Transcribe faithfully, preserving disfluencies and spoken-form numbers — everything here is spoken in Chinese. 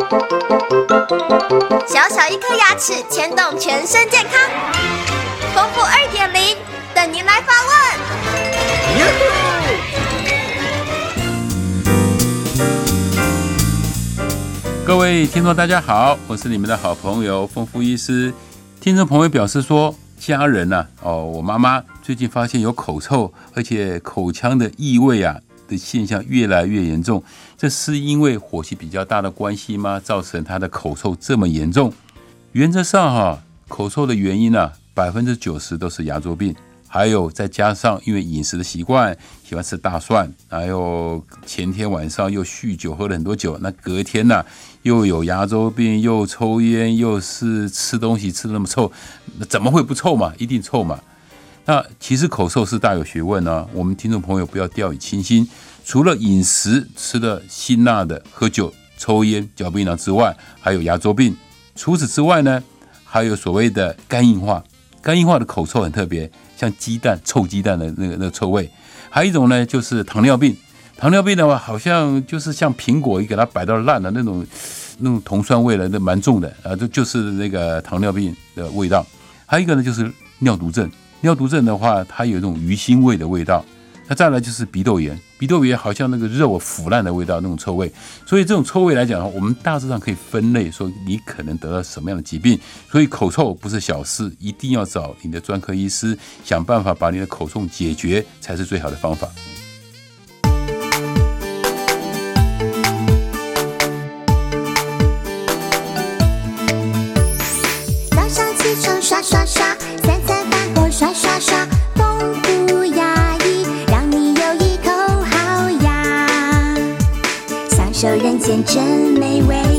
小小一颗牙齿牵动全身健康，丰富 二点零 等您来发问。各位听众大家好，我是你们的好朋友丰富医师。听众朋友表示说，家人啊，哦，我妈妈最近发现有口臭，而且口腔的异味啊的现象越来越严重，这是因为火气比较大的关系吗？造成她的口臭这么严重？原则上哈、啊，口臭的原因啊，百分之九十都是牙周病，还有再加上因为饮食的习惯，喜欢吃大蒜，还有前天晚上又酗酒，喝了很多酒，那隔天呢、啊、又有牙周病，又抽烟，又是吃东西吃得那么臭，那怎么会不臭嘛？一定臭嘛。那其实口臭是大有学问呢、啊，我们听众朋友不要掉以轻心。除了饮食吃的辛辣的、喝酒、抽烟、嚼槟榔之外，还有牙周病。除此之外呢，还有所谓的肝硬化。肝硬化的口臭很特别，像鸡蛋、臭鸡蛋的那个那个臭味。还有一种呢，就是糖尿病。糖尿病的话，好像就是像苹果一给它摆到烂的那种那种酮酸味的，那蛮重的啊，这就是那个糖尿病的味道。还有一个呢，就是尿毒症。尿毒症的话，它有一种鱼腥味的味道。那再来就是鼻窦炎，鼻窦炎好像那个肉腐烂的味道，那种臭味。所以这种臭味来讲，我们大致上可以分类说你可能得到什么样的疾病。所以口臭不是小事，一定要找你的专科医师，想办法把你的口臭解决，才是最好的方法。 早上起床刷刷刷，三餐饭后刷刷刷，丰富牙医让你有一口好牙，享受人间真美味。